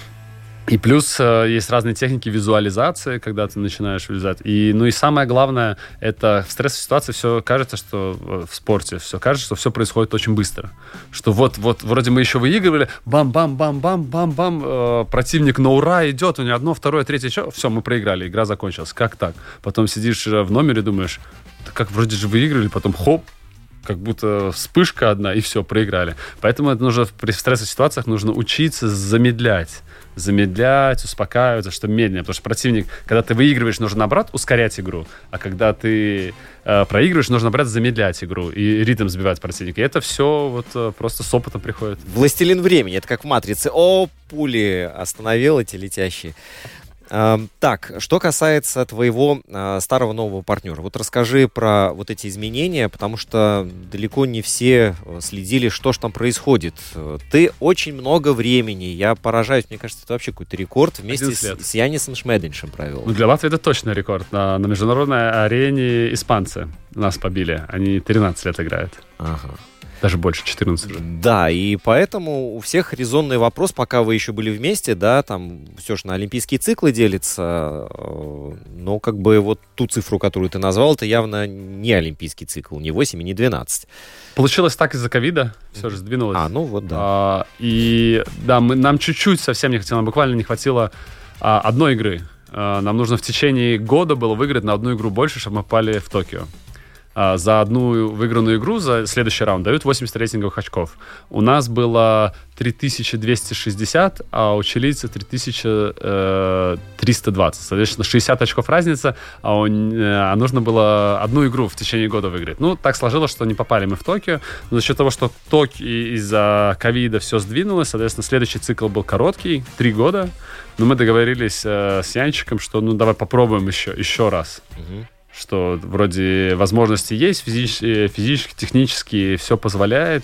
И плюс э, есть разные техники визуализации, когда ты начинаешь вязать. И, ну и самое главное, это в стрессовой ситуации все кажется, что в спорте все кажется, что все происходит очень быстро. Что вот, вот вроде мы еще выигрывали, бам-бам-бам-бам-бам-бам, э, противник на ура идет, у него одно, второе, третье, что, все, мы проиграли, игра закончилась. Как так? Потом сидишь в номере, думаешь, как вроде же выиграли, потом хоп, как будто вспышка одна, и все, проиграли. Поэтому это нужно при стрессовых ситуациях нужно учиться замедлять. Замедлять, успокаиваться, что медленнее. Потому что противник, когда ты выигрываешь, нужно, наоборот, ускорять игру. А когда ты э, проигрываешь, нужно, наоборот, замедлять игру и ритм сбивать противника. И это все вот э, просто с опытом приходит. Властелин времени. Это как в «Матрице». О, пули остановил эти летящие. Uh, так, что касается твоего uh, старого нового партнера, вот расскажи про вот эти изменения, потому что далеко не все следили, что же там происходит. Ты очень много времени, я поражаюсь, мне кажется, это вообще какой-то рекорд, вместе с, с Янисом Шмединшем провел. Ну, для Латвии это точно рекорд. На, на международной арене испанцы нас побили, они тринадцать лет играют. Ага. Даже больше, четырнадцать уже. Да, и поэтому у всех резонный вопрос, пока вы еще были вместе, да, там все же на олимпийские циклы делится, но как бы вот ту цифру, которую ты назвал, это явно не олимпийский цикл, не восемь и не двенадцать. Получилось так из-за ковида, все же сдвинулось. А, ну вот, да. А, и да, мы, нам чуть-чуть совсем не хватило, буквально не хватило а, одной игры. А, нам нужно в течение года было выиграть на одну игру больше, чтобы мы попали в Токио. За одну выигранную игру, за следующий раунд, дают восемьдесят рейтинговых очков. У нас было три тысячи двести шестьдесят, а у чилийца три тысячи триста двадцать. Соответственно, шестьдесят очков разница, а, он, а нужно было одну игру в течение года выиграть. Ну, так сложилось, что не попали мы в Токио. Но за счет того, что Токио из-за ковида все сдвинулось, соответственно, следующий цикл был короткий, три года. Но мы договорились э, с Янчиком, что ну давай попробуем еще, еще раз. Угу. Что вроде возможности есть, физически, физически, технически все позволяет.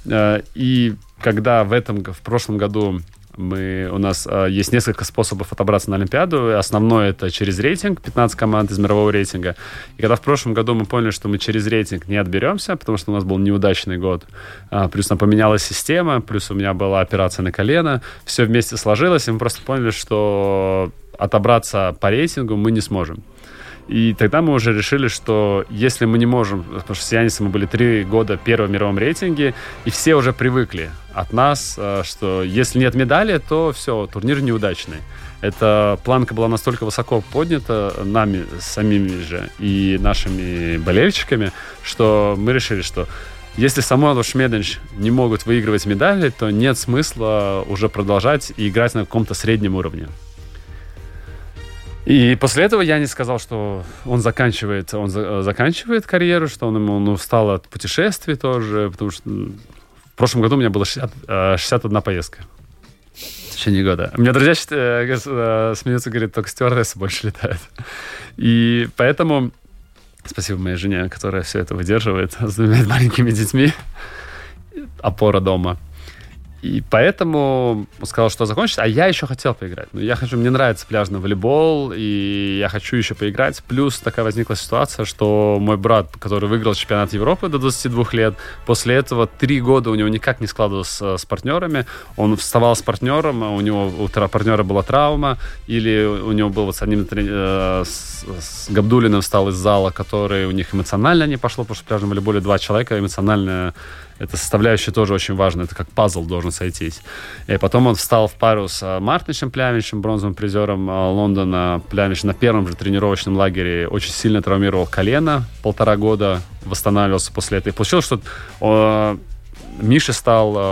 И когда в этом, в прошлом году мы, у нас есть несколько способов отобраться на Олимпиаду, основное это через рейтинг, пятнадцать команд из мирового рейтинга. И когда в прошлом году мы поняли, что мы через рейтинг не отберемся, потому что у нас был неудачный год, плюс нам поменялась система, плюс у меня была операция на колено, все вместе сложилось, и мы просто поняли, что отобраться по рейтингу мы не сможем. И тогда мы уже решили, что если мы не можем, потому что с Янисом мы были три года первым в мировом рейтинге, и все уже привыкли от нас, что если нет медали, то все, турнир неудачный. Эта планка была настолько высоко поднята нами самими же и нашими болельщиками, что мы решили, что если Самуэл и Шмединш не могут выигрывать медали, то нет смысла уже продолжать и играть на каком-то среднем уровне. И после этого Янис сказал, что он заканчивает, он за, заканчивает карьеру, что он, ему, он устал от путешествий тоже, потому что в прошлом году у меня было шестьдесят, шестьдесят одна поездка в течение года. У меня друзья э, смеются, говорят, только стюардессы больше летают. И поэтому спасибо моей жене, которая все это выдерживает с двумя маленькими детьми. Опора дома. И поэтому он сказал, что закончится, а я еще хотел поиграть. Ну, я хочу, мне нравится пляжный волейбол, и я хочу еще поиграть. Плюс такая возникла ситуация, что мой брат, который выиграл чемпионат Европы до двадцати двух лет, после этого три года у него никак не складывалось с, с партнерами. Он вставал с партнером, у него у партнера была травма, или у него был вот с одним э, с, с Габдулиным встал из зала, который у них эмоционально не пошло, потому что в пляжном волейболе два человека, эмоционально эта составляющая тоже очень важна. Это как пазл должен сойтись. И потом он встал в пару с Мартиншем Плямичем, бронзовым призером Лондона. Плямич на первом же тренировочном лагере очень сильно травмировал колено. Полтора года восстанавливался после этого. И получилось, что э, Миша стал э,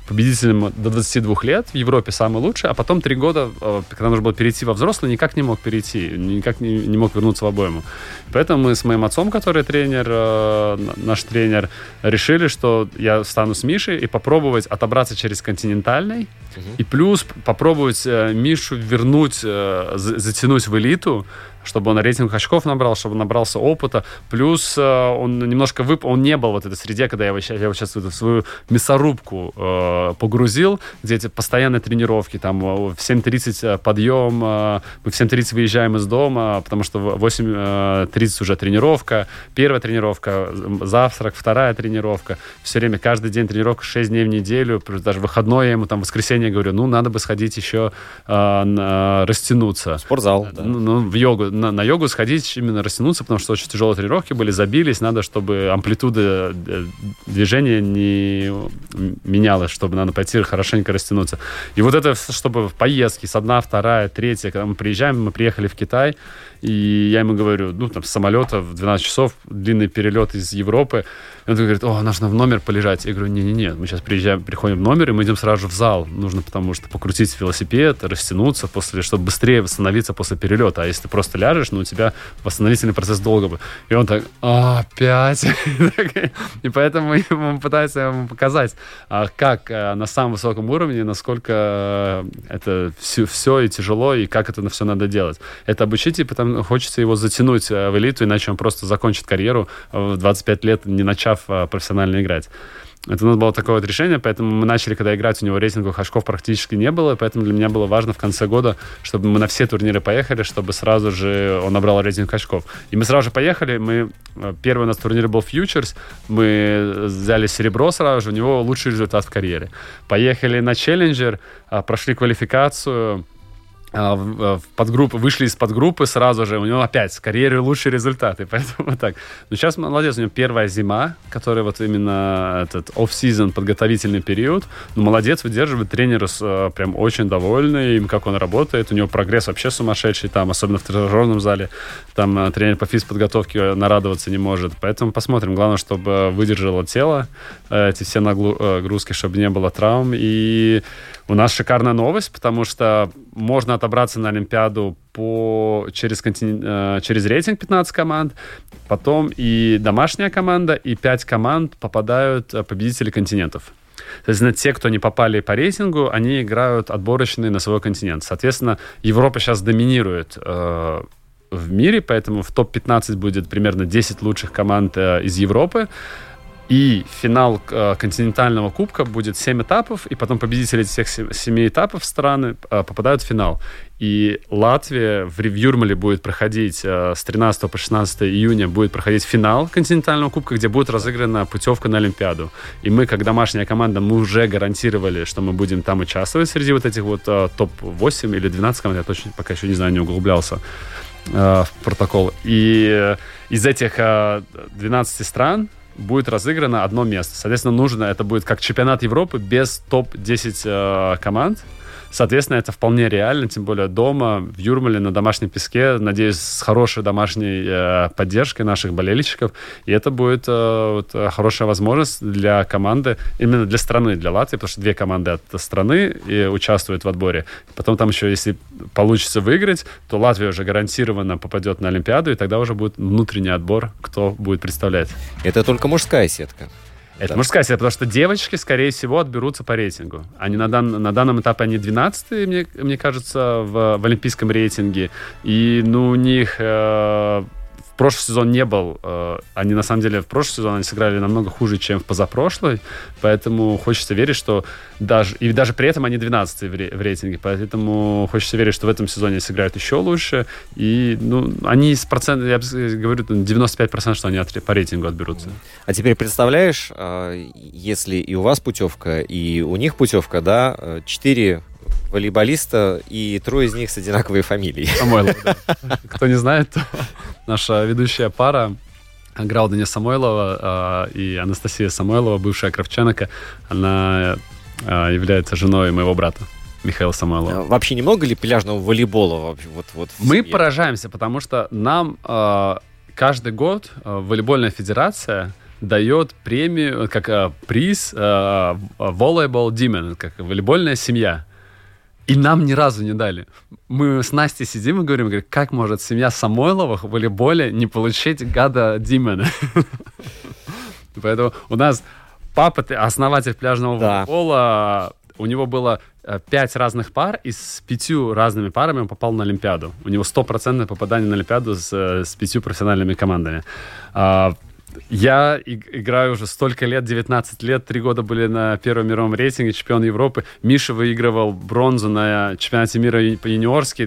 победителем до двадцати двух лет, в Европе самый лучший, а потом три года, когда нужно было перейти во взрослый, никак не мог перейти, никак не, не мог вернуться в обойму. Поэтому мы с моим отцом, который тренер, наш тренер, решили, что я стану с Мишей и попробовать отобраться через континентальный, угу. и плюс попробовать Мишу вернуть, затянуть в элиту, чтобы он рейтинг очков набрал, чтобы он набрался опыта. Плюс э, он немножко вып... он не был в этой среде, когда я его, я его сейчас в свою мясорубку э, погрузил, где эти постоянные тренировки, там в семь тридцать подъем, э, мы в семь тридцать выезжаем из дома, потому что в восемь тридцать уже тренировка, первая тренировка, завтрак, вторая тренировка, все время, каждый день тренировка, шесть дней в неделю, плюс даже выходной я ему там в воскресенье говорю, ну, надо бы сходить еще э, на, растянуться. Спортзал, да. Ну, ну, в йогу. На, на йогу сходить, именно растянуться, потому что очень тяжелые тренировки были, забились, надо, чтобы амплитуда движения не менялась, чтобы надо пойти хорошенько растянуться. И вот это, чтобы в поездке с одна, вторая, третья, когда мы приезжаем, мы приехали в Китай, и я ему говорю, ну, там, с самолета в двенадцать часов, длинный перелет из Европы. И он говорит, о, нужно в номер полежать. Я говорю, не-не-не, мы сейчас приезжаем, приходим в номер, и мы идем сразу же в зал. Нужно, потому что покрутить велосипед, растянуться, после, чтобы быстрее восстановиться после перелета. А если ты просто ляжешь, ну, у тебя восстановительный процесс долго бы. И он так, а, опять? И поэтому мы пытаемся ему показать, как на самом высоком уровне, насколько это все и тяжело, и как это все надо делать. Это обучить, и потом хочется его затянуть в элиту, иначе он просто закончит карьеру в двадцать пять лет, не начав профессионально играть. Это у нас было такое вот решение, поэтому мы начали, когда играть, у него рейтинговых очков практически не было, поэтому для меня было важно в конце года, чтобы мы на все турниры поехали, чтобы сразу же он набрал рейтинг очков. И мы сразу же поехали, мы, первый у нас турнир был Futures, мы взяли серебро сразу же, у него лучший результат в карьере. Поехали на Challenger, прошли квалификацию, в подгруппы, вышли из подгруппы сразу же, у него опять в карьере лучшие результаты, поэтому так. Но сейчас молодец, у него первая зима, которая вот именно этот off-season, подготовительный период, ну, молодец, выдерживает, тренер прям очень довольный им, как он работает, у него прогресс вообще сумасшедший, там, особенно в тренажерном зале, там тренер по физподготовке нарадоваться не может, поэтому посмотрим, главное, чтобы выдержало тело, эти все нагрузки, чтобы не было травм, и у нас шикарная новость, потому что можно отобраться на Олимпиаду по, через, контин... через рейтинг пятнадцать команд, потом и домашняя команда, и пять команд попадают победители континентов. Соответственно, те, кто не попали по рейтингу, они играют отборочные на свой континент. Соответственно, Европа сейчас доминирует э, в мире, поэтому в топ пятнадцать будет примерно десять лучших команд э, из Европы. И финал э, континентального кубка будет семь этапов, и потом победители этих семи этапов страны э, попадают в финал. И Латвия в Юрмале будет проходить э, с тринадцатого по шестнадцатое июня будет проходить финал континентального кубка, где будет разыграна путевка на Олимпиаду. И мы, как домашняя команда, мы уже гарантировали, что мы будем там участвовать среди вот этих вот э, топ восемь или двенадцать команд, я точно пока еще не знаю, не углублялся э, в протокол. И э, из этих э, двенадцати стран будет разыграно одно место. Соответственно, нужно, это будет как чемпионат Европы без топ десять э, команд. Соответственно, это вполне реально, тем более дома, в Юрмале, на домашнем песке, надеюсь, с хорошей домашней э, поддержкой наших болельщиков. И это будет э, вот, хорошая возможность для команды, именно для страны, для Латвии, потому что две команды от страны и участвуют в отборе. Потом там еще, если получится выиграть, то Латвия уже гарантированно попадет на Олимпиаду, и тогда уже будет внутренний отбор, кто будет представлять. Это только мужская сетка. Это да. Мужская сетка, потому что девочки, скорее всего, отберутся по рейтингу. Они на, дан, на данном этапе они двенадцатые, мне, мне кажется, в, в олимпийском рейтинге. И ну, у них э, в прошлый сезон не был. Э, они, на самом деле, в прошлый сезон они сыграли намного хуже, чем в позапрошлый. Поэтому хочется верить, что даже... И даже при этом они двенадцатые в, ре, в рейтинге. Поэтому хочется верить, что в этом сезоне они сыграют еще лучше. И ну, они с процентом, я говорю, девяносто пять процентов, что они от, по рейтингу отберутся. А теперь представляешь, если и у вас путевка, и у них путевка, да, четыре волейболиста, и трое из них с одинаковой фамилией. Самойлов, да. Кто не знает, то наша ведущая пара Грауденя Самойлова э, и Анастасия Самойлова, бывшая кравчанка, она э, является женой моего брата Михаила Самойлова. Вообще немного ли пляжного волейбола? Вот, вот Мы поражаемся, потому что нам э, каждый год э, волейбольная федерация дает премию, как э, приз э, волейбол Demon, как волейбольная семья. И нам ни разу не дали. Мы с Настей сидим и говорим, говорим, как может семья Самойловых в волейболе не получить гада Демона? Поэтому у нас папа, основатель пляжного волейбола, у него было пять разных пар, и с пятью разными парами он попал на Олимпиаду. У него стопроцентное попадание на Олимпиаду с, с пятью профессиональными командами. Я играю уже столько лет, девятнадцать лет, три года были на первом мировом рейтинге, чемпион Европы. Миша выигрывал бронзу на чемпионате мира по-юниорски,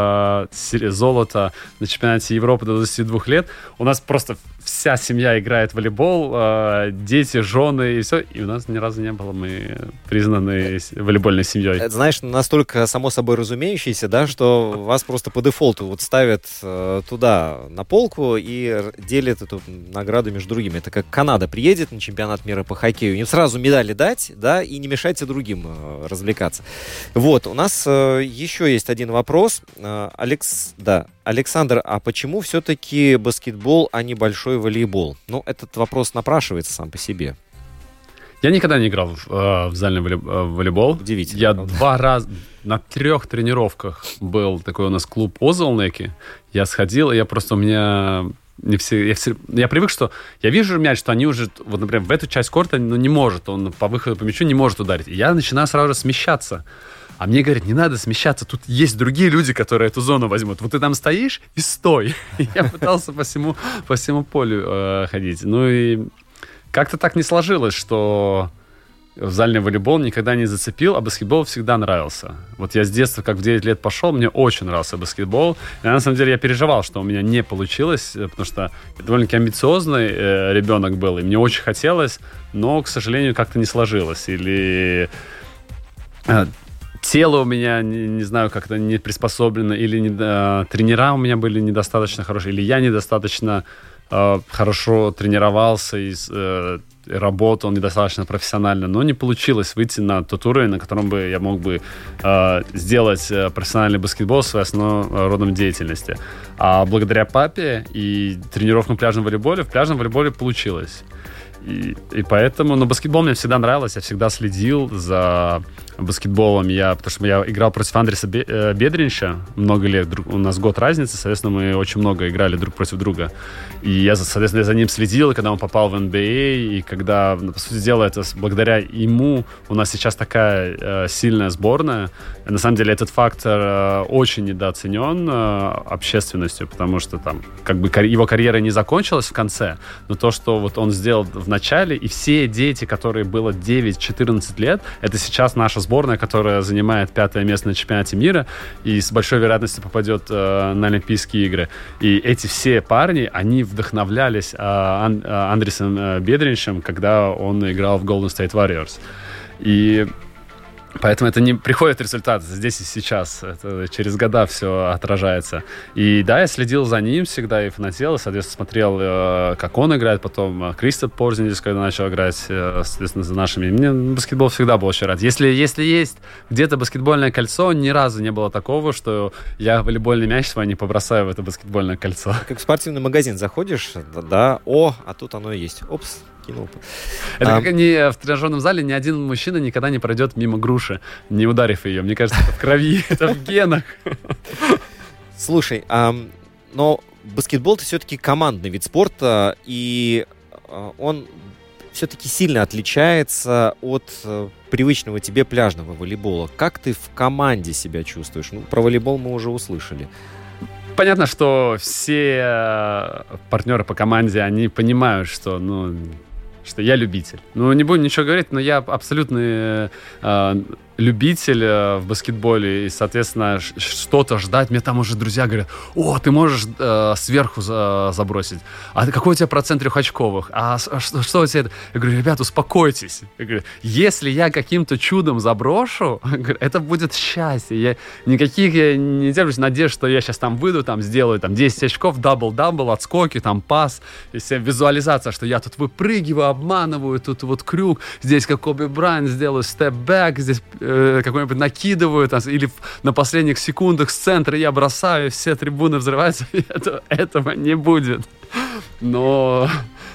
э, золото на чемпионате Европы до двадцати двух лет. У нас просто вся семья играет в волейбол, э, дети, жены и все. И у нас ни разу не было, мы признаны волейбольной семьей. Это, знаешь, настолько само собой разумеющееся, да, что вас просто по дефолту вот ставят э, туда на полку и делят эту награду между другими. Это как Канада приедет на чемпионат мира по хоккею, им сразу медали дать, да, и не мешайте другим э, развлекаться. Вот, у нас э, еще есть один вопрос. Э, Алекс, да, Александр, а почему все-таки баскетбол, а не большой волейбол? Ну, этот вопрос напрашивается сам по себе. Я никогда не играл в, э, в зальный волейбол. Удивительно. Я правда? два раза на трех тренировках был такой у нас клуб Озолнеки. Я сходил, и я просто у меня... Не все, я, все, я привык, что я вижу мяч, что они уже, вот, например, в эту часть корта ну, не может, он по выходу по мячу не может ударить. И я начинаю сразу же смещаться. А мне говорят, не надо смещаться, тут есть другие люди, которые эту зону возьмут. Вот ты там стоишь и стой. И я пытался по всему, по всему полю э, ходить. Ну и как-то так не сложилось, что в зальный волейбол никогда не зацепил, а баскетбол всегда нравился. Вот я с детства, как в девять лет пошел, мне очень нравился баскетбол. И на самом деле я переживал, что у меня не получилось, потому что я довольно-таки амбициозный э, ребенок был, и мне очень хотелось, но, к сожалению, как-то не сложилось. Или э, тело у меня, не, не знаю, как-то не приспособлено, или не, э, тренера у меня были недостаточно хорошие, или я недостаточно э, хорошо тренировался и э, работал недостаточно профессионально, но не получилось выйти на тот уровень, на котором бы я мог бы э, сделать профессиональный баскетбол своей основной родом деятельности. А благодаря папе и тренировкам в пляжном волейболе, в пляжном волейболе получилось. И, и поэтому, ну, баскетбол мне всегда нравился, я всегда следил за баскетболом, я, потому что я играл против Андреса Бедринча много лет, у нас год разницы, соответственно, мы очень много играли друг против друга. И я, соответственно, за ним следил, когда он попал в эн би эй, и когда, по сути дела, это благодаря ему у нас сейчас такая э, сильная сборная. И, на самом деле, этот фактор э, очень недооценен э, общественностью, потому что там, как бы, карь- его карьера не закончилась в конце, но то, что вот он сделал в начале, и все дети, которые было девять-четырнадцать лет, это сейчас наша сборная, которая занимает пятое место на чемпионате мира и с большой вероятностью попадет э, на Олимпийские игры. И эти все парни, они вдохновлялись э, Ан- э, Андресом э, Бедринчем, когда он играл в Golden State Warriors. И поэтому это не приходит результат здесь и сейчас. Это через года все отражается. И да, я следил за ним всегда и фанател, и, соответственно, смотрел, э, как он играет. Потом Кристопс Порзингис, когда начал играть, э, соответственно, за нашими. Мне баскетбол всегда был очень рад. Если, если есть где-то баскетбольное кольцо, ни разу не было такого, что я волейбольный мяч свой не побросаю в это баскетбольное кольцо. Как в спортивный магазин заходишь, да, о, а тут оно и есть. Опс. Кинул. Это а... как ни в тренажерном зале ни один мужчина никогда не пройдет мимо груши, не ударив ее. Мне кажется, это в крови, это в генах. Слушай, а, но баскетбол это все-таки командный вид спорта, и он все-таки сильно отличается от привычного тебе пляжного волейбола. Как ты в команде себя чувствуешь? Ну, про волейбол мы уже услышали. Понятно, что все партнеры по команде, они понимают, что, ну, что я любитель. Ну, не будем ничего говорить, но я абсолютный э, любитель э, в баскетболе, и, соответственно, ш- что-то ждать. Мне там уже друзья говорят: о, ты можешь э, сверху за- забросить. А какой у тебя процент трехочковых? А, а что, что у тебя? Я говорю: ребят, успокойтесь. Я говорю: если я каким-то чудом заброшу, говорю, это будет счастье. Я, никаких я не держусь надежд, что я сейчас там выйду, там сделаю там, десять очков, дабл-дабл, отскоки, там пас. И вся визуализация, что я тут выпрыгиваю, обманываю, тут вот крюк, здесь как Коби Брайант сделаю степ-бэк, здесь э, какой-нибудь накидываю, там, или на последних секундах с центра я бросаю, все трибуны взрываются. Это, этого не будет. Но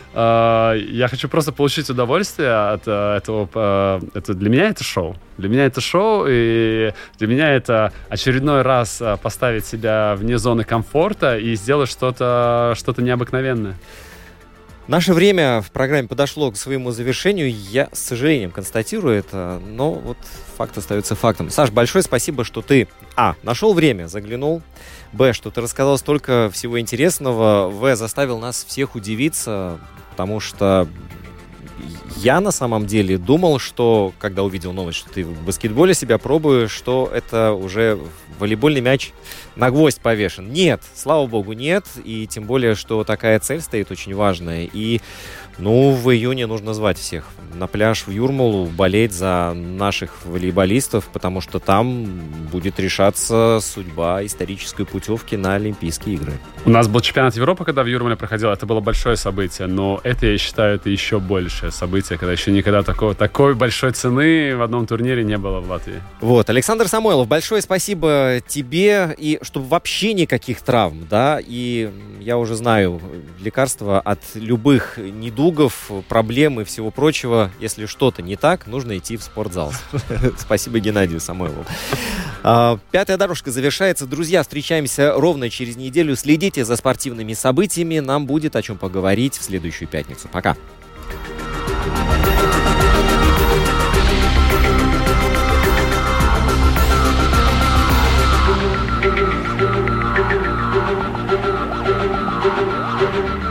э, я хочу просто получить удовольствие от э, этого. Э, это, для меня это шоу. Для меня это шоу, и для меня это очередной раз поставить себя вне зоны комфорта и сделать что-то, что-то необыкновенное. Наше время в программе подошло к своему завершению. Я с сожалением констатирую это, но вот факт остается фактом. Саш, большое спасибо, что ты, а, нашел время, заглянул, б, что ты рассказал столько всего интересного, в, заставил нас всех удивиться, потому что я на самом деле думал, что, когда увидел новость, что ты в баскетболе себя пробуешь, что это уже волейбольный мяч на гвоздь повешен. Нет, слава богу, нет. И тем более, что такая цель стоит очень важная. И, ну, в июне нужно звать всех на пляж в Юрмалу, болеть за наших волейболистов, потому что там будет решаться судьба исторической путевки на Олимпийские игры. У нас был чемпионат Европы, когда в Юрмале проходил. Это было большое событие, но это, я считаю, это еще большее событие, когда еще никогда такого, такой большой цены в одном турнире не было в Латвии. Вот, Александр Самойлов, большое спасибо тебе, и чтобы вообще никаких травм, да, и я уже знаю лекарства от любых недугов, проблем и всего прочего. Если что-то не так, нужно идти в спортзал. Спасибо Геннадию Самойлову. Пятая дорожка завершается. Друзья, встречаемся ровно через неделю. Следите за спортивными событиями. Нам будет о чем поговорить в следующую пятницу. Пока. Thank you.